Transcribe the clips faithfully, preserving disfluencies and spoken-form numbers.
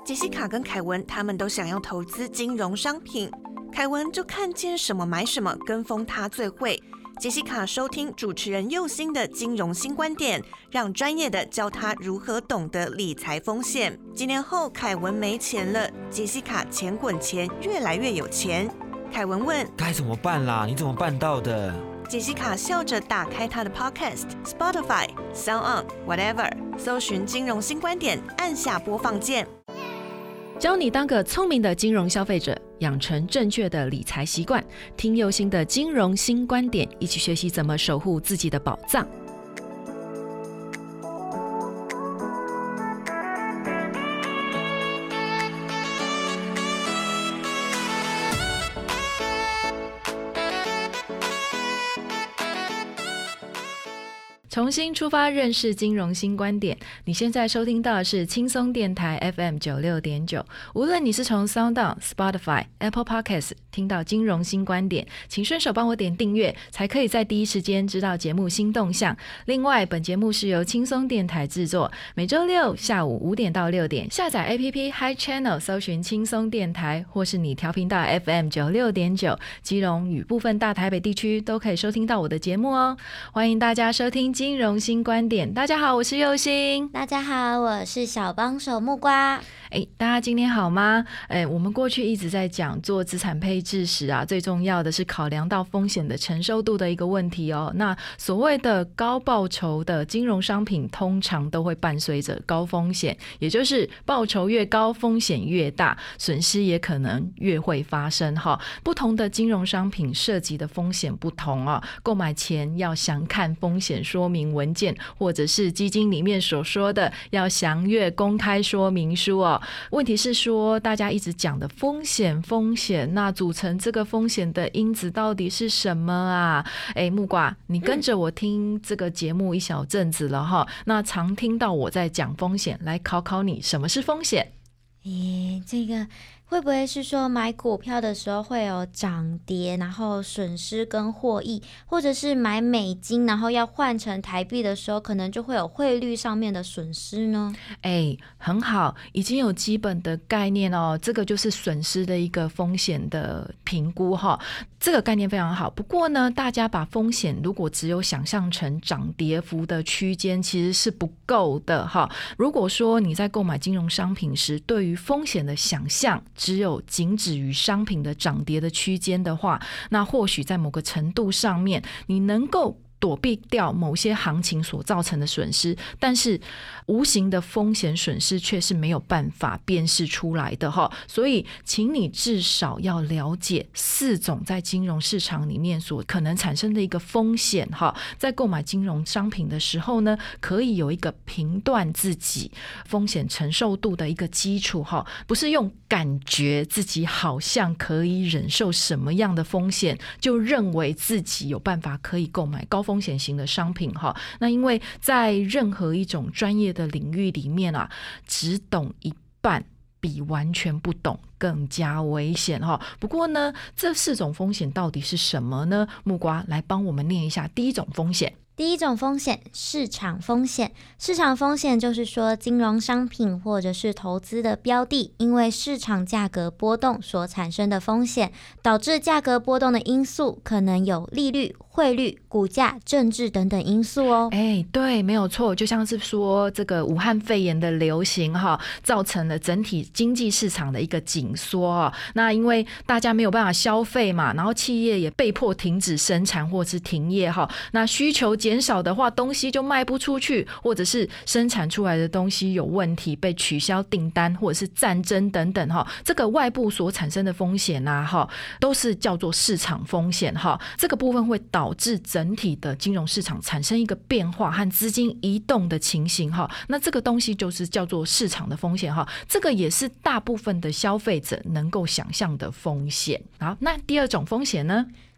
杰西卡跟凯文他们都想要投资金融商品，凯文就看见什么买什么，跟风他最会。杰西卡收听主持人佑星的金融新观点，让专业的教他如何懂得理财风险。几年后，凯文没钱了，杰西卡钱滚钱，越来越有钱。凯文问： 该怎么办啦？你怎么办到的？ 杰西卡笑着打开他的 Podcast、Spotify、SoundOn、Whatever， 搜寻金融新观点，按下播放键。 教你当个聪明的金融消费者，养成正确的理财习惯。听佑星的金融新观点，一起学习怎么守护自己的宝藏。重新出发，认识金融新观点。你现在收听到的是轻松电台 F M 九十六点九。无论你是从 SoundOn、Spotify、Apple Podcasts 听到金融新观点，请顺手帮我点订阅，才可以在第一时间知道节目新动向。另外，本节目是由轻松电台制作，每周六下午五点到六点，下载 A P P Hi Channel 搜寻轻松电台，或是你调频到 F M 九十六点九，基隆与部分大台北地区都可以收听到我的节目哦。欢迎大家收听金融新观点。大家好，我是佑星。 大家好，我是小帮手木瓜。 哎，大家今天好吗？哎，我们过去一直在讲做资产配置时啊，最重要的是考量到风险的承受度的一个问题哦。那所谓的高报酬的金融商品，通常都会伴随着高风险，也就是报酬越高，风险越大，损失也可能越会发生哈。不同的金融商品涉及的风险不同啊，购买前要详看风险说明文件，或者是基金里面所说的要详阅公开说明书哦。问题是说大家一直讲的风险风险，那组成这个风险的因子到底是什么啊？哎，木瓜，你跟着我听这个节目一小阵子了哈，那常听到我在讲风险，来考考你，什么是风险？ 诶，这个会不会是说买股票的时候会有涨跌，然后损失跟获益，或者是买美金然后要换成台币的时候，可能就会有汇率上面的损失呢？ 哎，很好，已经有基本的概念哦，这个就是损失的一个风险的评估哈，这个概念非常好。不过呢，大家把风险如果只有想象成涨跌幅的区间，其实是不够的哈。如果说你在购买金融商品时，对于风险的想象只有仅止于商品的涨跌的区间的话，那或许在某个程度上面你能够躲避掉某些行情所造成的损失，但是无形的风险损失却是没有办法辨识出来的哈。所以请你至少要了解四种在金融市场里面所可能产生的一个风险哈。在购买金融商品的时候呢，可以有一个评断自己风险承受度的一个基础哈，不是用感觉自己好像可以忍受什么样的风险，就认为自己有办法可以购买高风险型的商品哈。那因为在任何一种专业的领域里面啊，只懂一半比完全不懂更加危险哈。不过呢，这四种风险到底是什么呢？木瓜来帮我们念一下第一种风险。 第一种风险，市场风险。市场风险就是说，金融商品或者是投资的标的，因为市场价格波动所产生的风险，导致价格波动的因素可能有利率、汇率、股价、政治等等因素哦。 哎，对，没有错，就像是说这个武汉肺炎的流行哈，造成了整体经济市场的一个紧缩啊。那因为大家没有办法消费嘛，然后企业也被迫停止生产或是停业哈。那需求减少的话，东西就卖不出去，或者是生产出来的东西有问题，被取消订单，或者是战争等等哈。这个外部所产生的风险啊哈，都是叫做市场风险哈。这个部分会导致整体的金融市场产生一个变化和资金移动的情形哈。那这个东西就是叫做市场的风险哈。这个也是大部分的消费者能够想象的风险。好，那第二种风险呢？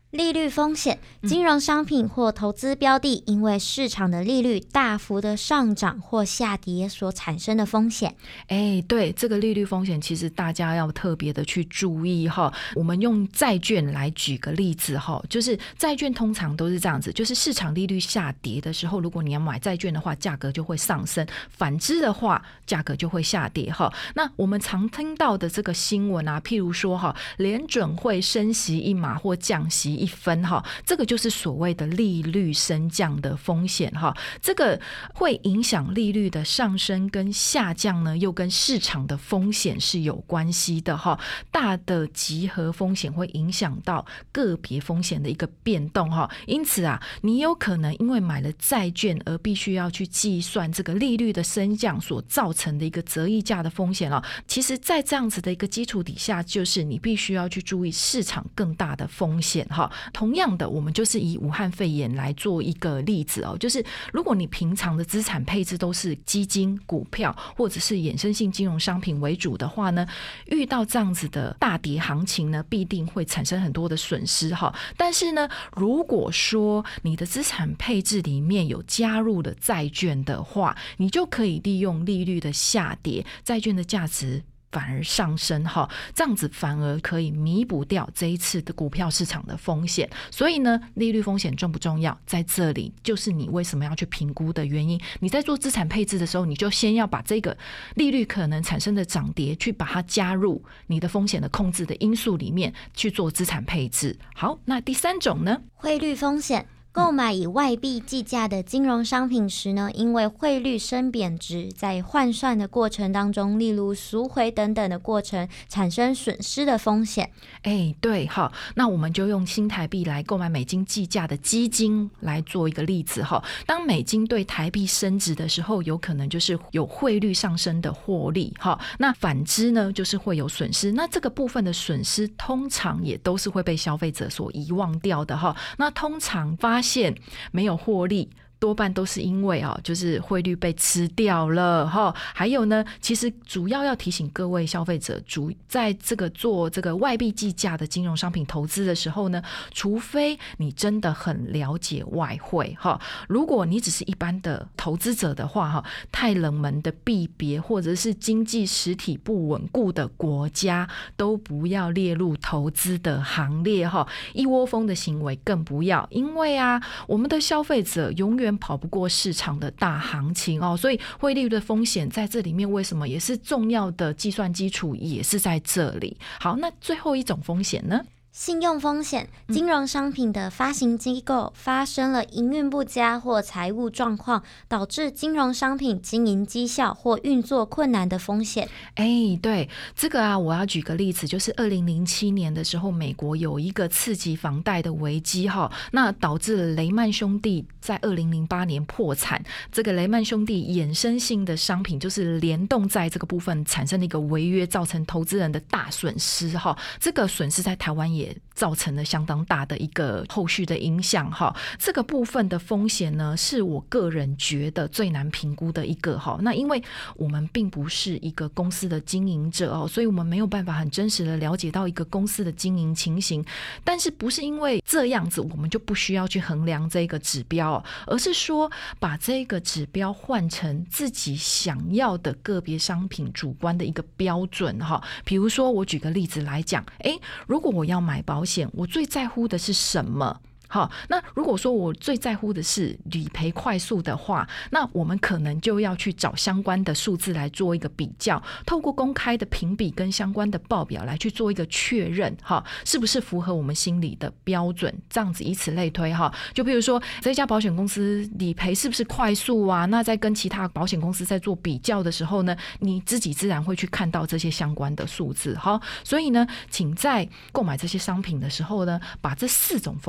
利率风险，金融商品或投资标的因为市场的利率大幅的上涨或下跌所产生的风险。 哎，对，这个利率风险其实大家要特别的去注意哈。我们用债券来举个例子哈，就是债券通常都是这样子，就是市场利率下跌的时候，如果你要买债券的话，价格就会上升；反之的话，价格就会下跌哈。那我们常听到的这个新闻啊，譬如说哈，联准会升息一码或降息一分哈，这个就是所谓的利率升降的风险哈。这个会影响利率的上升跟下降呢，又跟市场的风险是有关系的哈。大的集合风险会影响到个别风险的一个变动哈。因此啊，你有可能因为买了债券而必须要去计算这个利率的升降所造成的一个折溢价的风险了。其实在这样子的一个基础底下，就是你必须要去注意市场更大的风险哈。同样的，我们就是以武汉肺炎来做一个例子哦，就是如果你平常的资产配置都是基金、股票或者是衍生性金融商品为主的话呢，遇到这样子的大跌行情呢，必定会产生很多的损失哈。但是呢，如果说你的资产配置里面有加入了债券的话，你就可以利用利率的下跌，债券的价值反而上升哈，这样子反而可以弥补掉这一次的股票市场的风险。所以呢，利率风险重不重要？在这里就是你为什么要去评估的原因。你在做资产配置的时候，你就先要把这个利率可能产生的涨跌去把它加入你的风险的控制的因素里面去做资产配置。好，那第三种呢？ 汇率风险。购买以外币计价的金融商品时呢，因为汇率升贬值，在换算的过程当中，例如赎回等等的过程，产生损失的风险。 哎，对，好，那我们就用新台币来购买美金计价的基金来做一个例子哈。当美金对台币升值的时候，有可能就是有汇率上升的获利哈。那反之呢，就是会有损失。那这个部分的损失，通常也都是会被消费者所遗忘掉的哈。那通常发发现没有获利，多半都是因为啊，就是汇率被吃掉了哈。还有呢，其实主要要提醒各位消费者，主在这个做这个外币计价的金融商品投资的时候呢，除非你真的很了解外汇哈，如果你只是一般的投资者的话哈，太冷门的币别或者是经济实体不稳固的国家都不要列入投资的行列哈。一窝蜂的行为更不要，因为啊，我们的消费者永远跑不过市场的大行情哦，所以汇率的风险在这里面为什么也是重要的计算基础，也是在这里。好，那最后一种风险呢？ 信用风险，金融商品的发行机构发生了营运不佳或财务状况，导致金融商品经营绩效或运作困难的风险。 哎，对，这个啊，我要举个例子，就是二零零七年的时候，美国有一个次级房贷的危机哈，那导致了雷曼兄弟在二零零八年破产。这个雷曼兄弟衍生性的商品就是联动在这个部分产生了一个违约，造成投资人的大损失哈。这个损失在台湾也造成了相当大的一个后续的影响哈。这个部分的风险呢，是我个人觉得最难评估的一个哈。那因为我们并不是一个公司的经营者哦，所以我们没有办法很真实的了解到一个公司的经营情形。但是不是因为这样子我们就不需要去衡量这个指标哦，而是说把这个指标换成自己想要的个别商品主观的一个标准哈。比如说我举个例子来讲，诶，如果我要买保险，我最在乎的是什么？好，那如果说我最在乎的是理赔快速的话，那我们可能就要去找相关的数字来做一个比较，透过公开的评比跟相关的报表来去做一个确认，哈，是不是符合我们心里的标准？这样子以此类推哈。就比如说这家保险公司理赔是不是快速啊？那在跟其他保险公司在做比较的时候呢，你自己自然会去看到这些相关的数字。好，所以呢，请在购买这些商品的时候呢，把这四种风险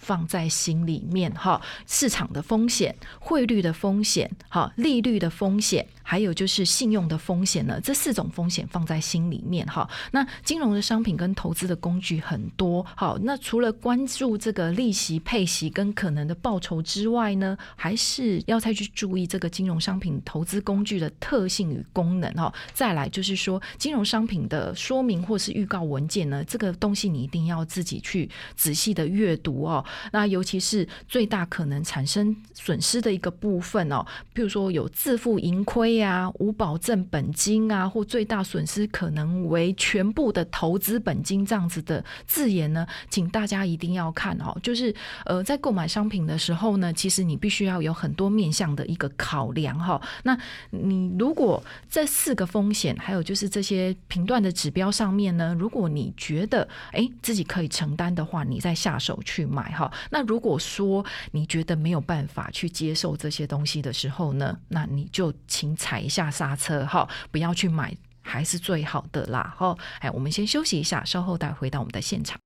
放在心里面哈，市场的风险、汇率的风险、哈利率的风险，还有就是信用的风险呢，这四种风险放在心里面哈。那金融的商品跟投资的工具很多，好，那除了关注这个利息、配息跟可能的报酬之外呢，还是要再去注意这个金融商品投资工具的特性与功能哈。再来就是说，金融商品的说明或是预告文件呢，这个东西你一定要自己去仔细的阅读哦。那尤其是最大可能产生损失的一个部分哦，比如说有自负盈亏啊、无保证本金啊，或最大损失可能为全部的投资本金这样子的字眼呢，请大家一定要看哦。就是呃，在购买商品的时候呢，其实你必须要有很多面向的一个考量哈。那你如果这四个风险，还有就是这些评断的指标上面呢，如果你觉得哎自己可以承担的话，你再下手去买哈。那如果说你觉得没有办法去接受这些东西的时候呢，那你就请踩一下刹车哈，不要去买，还是最好的啦哈。哎，我们先休息一下，稍后再回到我们的现场。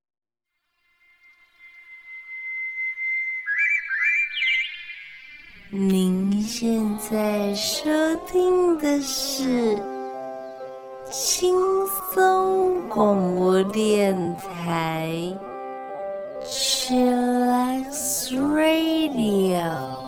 您现在收听的是轻松广播电台 Chillax Radio。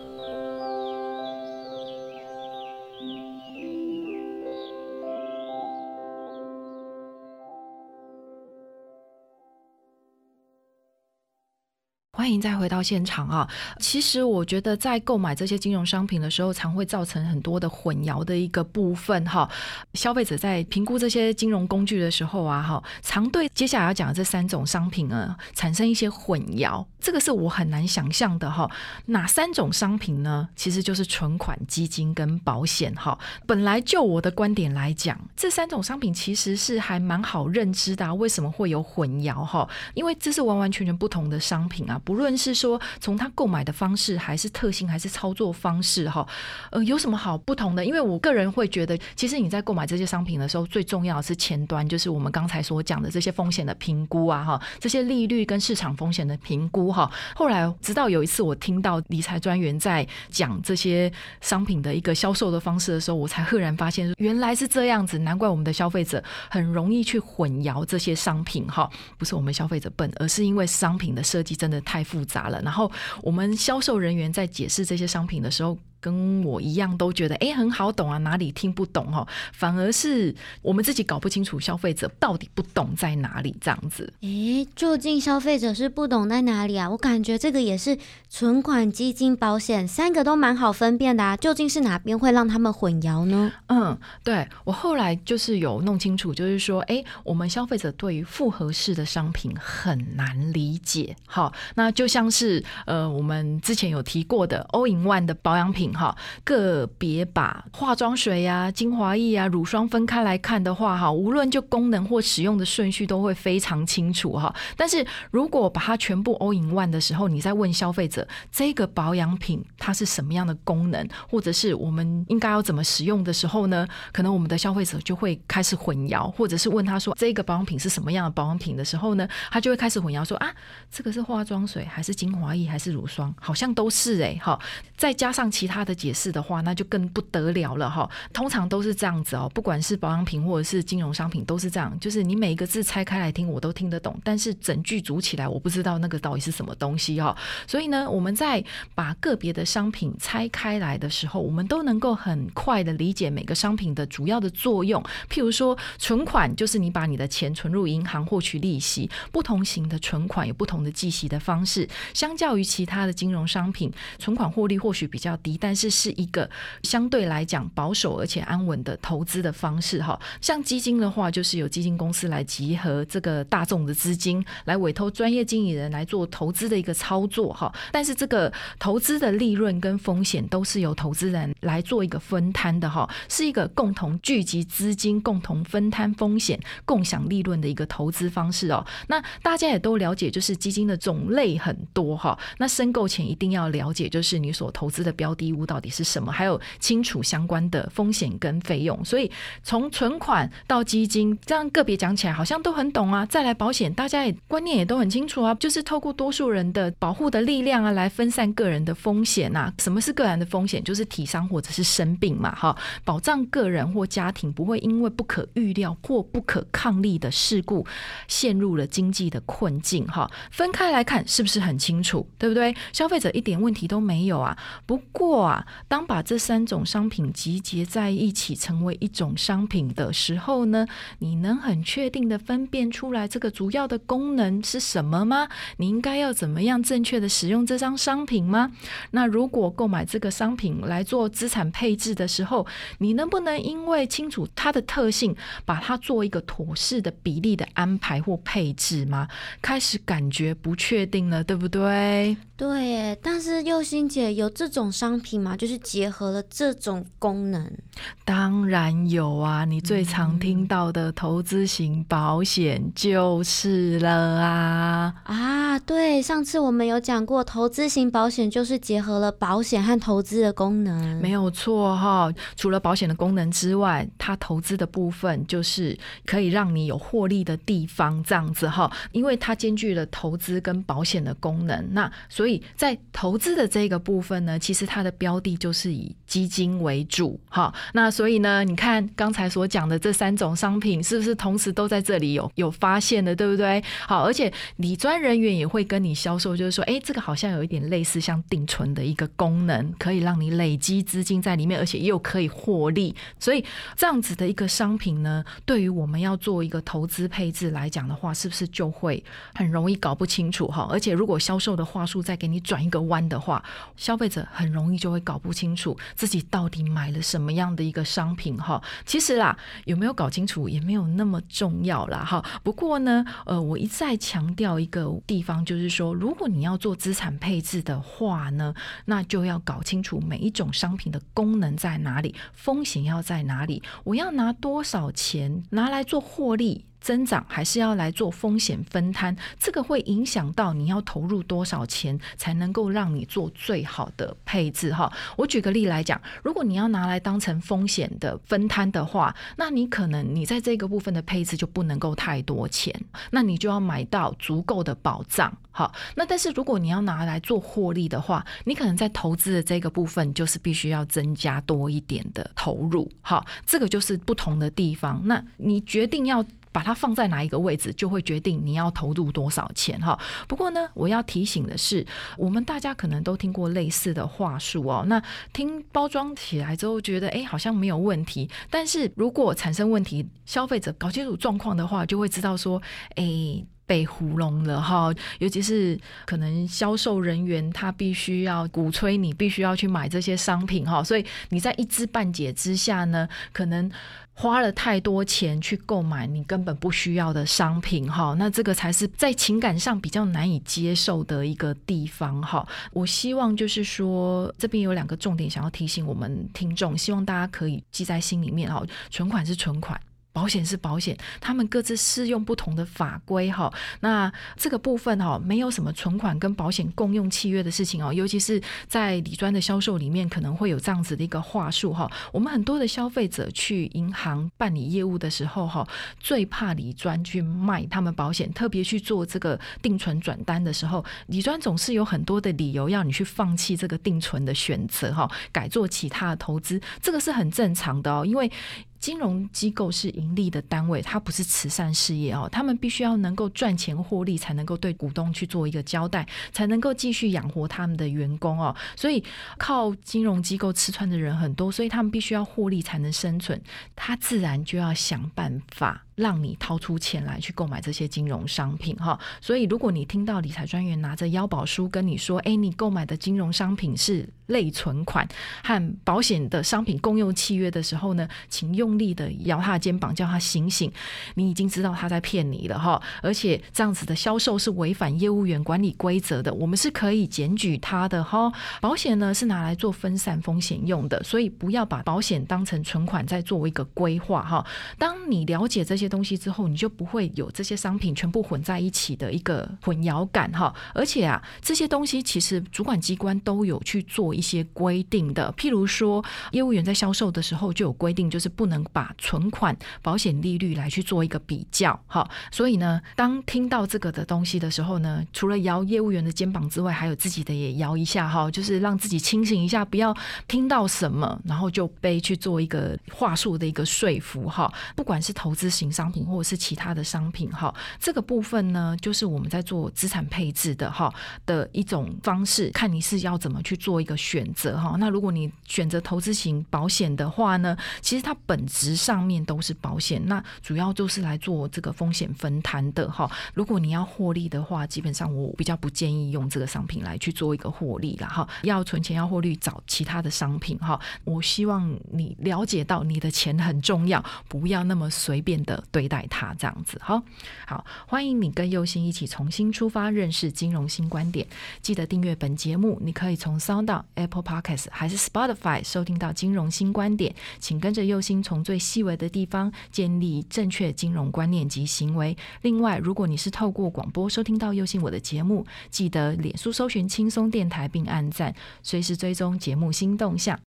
欢迎再回到现场啊！其实我觉得在购买这些金融商品的时候，常会造成很多的混淆的一个部分哈。消费者在评估这些金融工具的时候啊，哈，常对接下来要讲的这三种商品呢产生一些混淆，这个是我很难想象的哈。哪三种商品呢？其实就是存款、基金跟保险哈。本来就我的观点来讲，这三种商品其实是还蛮好认知的啊。为什么会有混淆哈？因为这是完完全全不同的商品啊。不论是说从他购买的方式，还是特性，还是操作方式哈，呃，有什么好不同的？因为我个人会觉得，其实你在购买这些商品的时候，最重要的是前端，就是我们刚才所讲的这些风险的评估啊哈，这些利率跟市场风险的评估哈。后来直到有一次我听到理财专员在讲这些商品的一个销售的方式的时候，我才赫然发现原来是这样子，难怪我们的消费者很容易去混淆这些商品哈。不是我们消费者笨，而是因为商品的设计真的太复杂了，然后我们销售人员在解释这些商品的时候，跟我一样都觉得哎很好懂啊，哪里听不懂哦，反而是我们自己搞不清楚消费者到底不懂在哪里这样子。 诶，究竟消费者是不懂在哪里啊？我感觉这个也是存款、基金、保险三个都蛮好分辨的啊，究竟是哪边会让他们混淆呢？ 嗯，对，我后来就是有弄清楚，就是说哎，我们消费者对于复合式的商品很难理解。好，那就像是呃我们之前有提过的 All in One 的保养品，个别把化妆水啊、精华液啊、乳霜分开来看的话，无论就功能或使用的顺序都会非常清楚。但是如果把它全部 all in one 的时候，你再问消费者这个保养品它是什么样的功能，或者是我们应该要怎么使用的时候呢，可能我们的消费者就会开始混淆，或者是问他说这个保养品是什么样的保养品的时候呢，他就会开始混淆说啊，这个是化妆水还是精华液还是乳霜，好像都是哎、欸，再加上其他的解释的话，那就更不得了了哈。通常都是这样子哦，不管是保养品或者是金融商品都是这样，就是你每一个字拆开来听我都听得懂，但是整句组起来我不知道那个到底是什么东西哈。所以呢，我们在把个别的商品拆开来的时候，我们都能够很快的理解每个商品的主要的作用。譬如说存款就是你把你的钱存入银行获取利息，不同型的存款有不同的计息的方式，相较于其他的金融商品，存款获利或许比较低，但是是一个相对来讲保守而且安稳的投资的方式。像基金的话，就是由基金公司来集合这个大众的资金，来委托专业经理人来做投资的一个操作，但是这个投资的利润跟风险都是由投资人来做一个分摊的，是一个共同聚集资金、共同分摊风险、共享利润的一个投资方式哦。那大家也都了解，就是基金的种类很多，那申购前一定要了解，就是你所投资的标的务到底是什么，还有清楚相关的风险跟费用。所以从存款到基金，这样个别讲起来好像都很懂啊。再来保险，大家也观念也都很清楚啊，就是透过多数人的保护的力量啊，来分散个人的风险啊。什么是个人的风险？就是体伤或者是生病嘛，哈，保障个人或家庭不会因为不可预料或不可抗力的事故陷入了经济的困境，哈。分开来看是不是很清楚，对不对？消费者一点问题都没有啊。不过啊，当把这三种商品集结在一起成为一种商品的时候呢，你能很确定的分辨出来这个主要的功能是什么吗？你应该要怎么样正确的使用这张商品吗？那如果购买这个商品来做资产配置的时候，你能不能因为清楚它的特性，把它做一个妥适的比例的安排或配置吗？开始感觉不确定了，对不对？ 对耶，但是佑心姐，有这种商品吗？就是结合了这种功能。 当然有啊，你最常听到的投资型保险就是了啊。 啊，对，上次我们有讲过，投资型保险就是结合了保险和投资的功能。 没有错哈，除了保险的功能之外，它投资的部分就是可以让你有获利的地方，这样子哈，因为它兼具了投资跟保险的功能。那所以在投资的这个部分呢，其实它的标的就是以基金为主哈。那所以呢，你看刚才所讲的这三种商品，是不是同时都在这里有有发现的，对不对？好，而且理专人员也会跟你销售，就是说，哎，这个好像有一点类似像定存的一个功能，可以让你累积资金在里面，而且又可以获利。所以这样子的一个商品呢，对于我们要做一个投资配置来讲的话，是不是就会很容易搞不清楚哈？而且如果销售的话术再给你转一个弯的话，消费者很容易就会搞不清楚自己到底买了什么样的一个商品哈。其实啦，有没有搞清楚也没有那么重要啦哈。不过呢，呃，我一再强调一个地方，就是说，如果你要做资产配置的话呢，那就要搞清楚每一种商品的功能在哪里，风险要在哪里，我要拿多少钱拿来做获利增长，还是要来做风险分摊，这个会影响到你要投入多少钱才能够让你做最好的配置哈。我举个例来讲，如果你要拿来当成风险的分摊的话，那你可能你在这个部分的配置就不能够太多钱，那你就要买到足够的保障。好，那但是如果你要拿来做获利的话，你可能在投资的这个部分就是必须要增加多一点的投入。好，这个就是不同的地方。那你决定要把它放在哪一个位置，就会决定你要投入多少钱哈。不过呢，我要提醒的是，我们大家可能都听过类似的话术哦。那听包装起来之后，觉得哎好像没有问题，但是如果产生问题，消费者搞清楚状况的话，就会知道说，哎。被糊弄了哈，尤其是可能销售人员他必须要鼓吹你必须要去买这些商品哈，所以你在一知半解之下呢，可能花了太多钱去购买你根本不需要的商品哈，那这个才是在情感上比较难以接受的一个地方哈。我希望就是说，这边有两个重点想要提醒我们听众，希望大家可以记在心里面哈。存款是存款，保险是保险，他们各自适用不同的法规哈。那这个部分哈，没有什么存款跟保险共用契约的事情哦，尤其是在理专的销售里面，可能会有这样子的一个话术哈。我们很多的消费者去银行办理业务的时候哈，最怕理专去卖他们保险，特别去做这个定存转单的时候，理专总是有很多的理由要你去放弃这个定存的选择哈，改做其他的投资，这个是很正常的哦，因为金融机构是盈利的单位，它不是慈善事业哦，他们必须要能够赚钱获利，才能够对股东去做一个交代，才能够继续养活他们的员工哦。所以靠金融机构吃穿的人很多，所以他们必须要获利才能生存，他自然就要想办法让你掏出钱来去购买这些金融商品哈。所以如果你听到理财专员拿着腰保书跟你说，哎，你购买的金融商品是类存款和保险的商品共用契约的时候呢，请用力的摇他的肩膀，叫他醒醒，你已经知道他在骗你了哈。而且这样子的销售是违反业务员管理规则的，我们是可以检举他的哈。保险呢是拿来做分散风险用的，所以不要把保险当成存款在作为一个规划哈。当你了解这些些东西之后，你就不会有这些商品全部混在一起的一个混淆感哈。而且啊，这些东西其实主管机关都有去做一些规定的，譬如说业务员在销售的时候就有规定，就是不能把存款、保险利率来去做一个比较哈。所以呢，当听到这个的东西的时候呢，除了摇业务员的肩膀之外，还有自己的也摇一下哈，就是让自己清醒一下，不要听到什么然后就被去做一个话术的一个说服哈。不管是投资型商品或者是其他的商品哈，这个部分呢，就是我们在做资产配置的哈的一种方式，看你是要怎么去做一个选择哈。那如果你选择投资型保险的话呢，其实它本质上面都是保险，那主要就是来做这个风险分摊的哈。如果你要获利的话，基本上我比较不建议用这个商品来去做一个获利啦哈。要存钱要获利，找其他的商品哈。我希望你了解到你的钱很重要，不要那么随便的对待它这样子。好，好，欢迎你跟佑星一起重新出发，认识金融新观点。记得订阅本节目，你可以从 SoundOn、Apple Podcast 还是 Spotify 收听到金融新观点。请跟着佑星从最细微的地方建立正确金融观念及行为。另外，如果你是透过广播收听到佑星我的节目，记得脸书搜寻轻松电台并按赞，随时追踪节目新动向。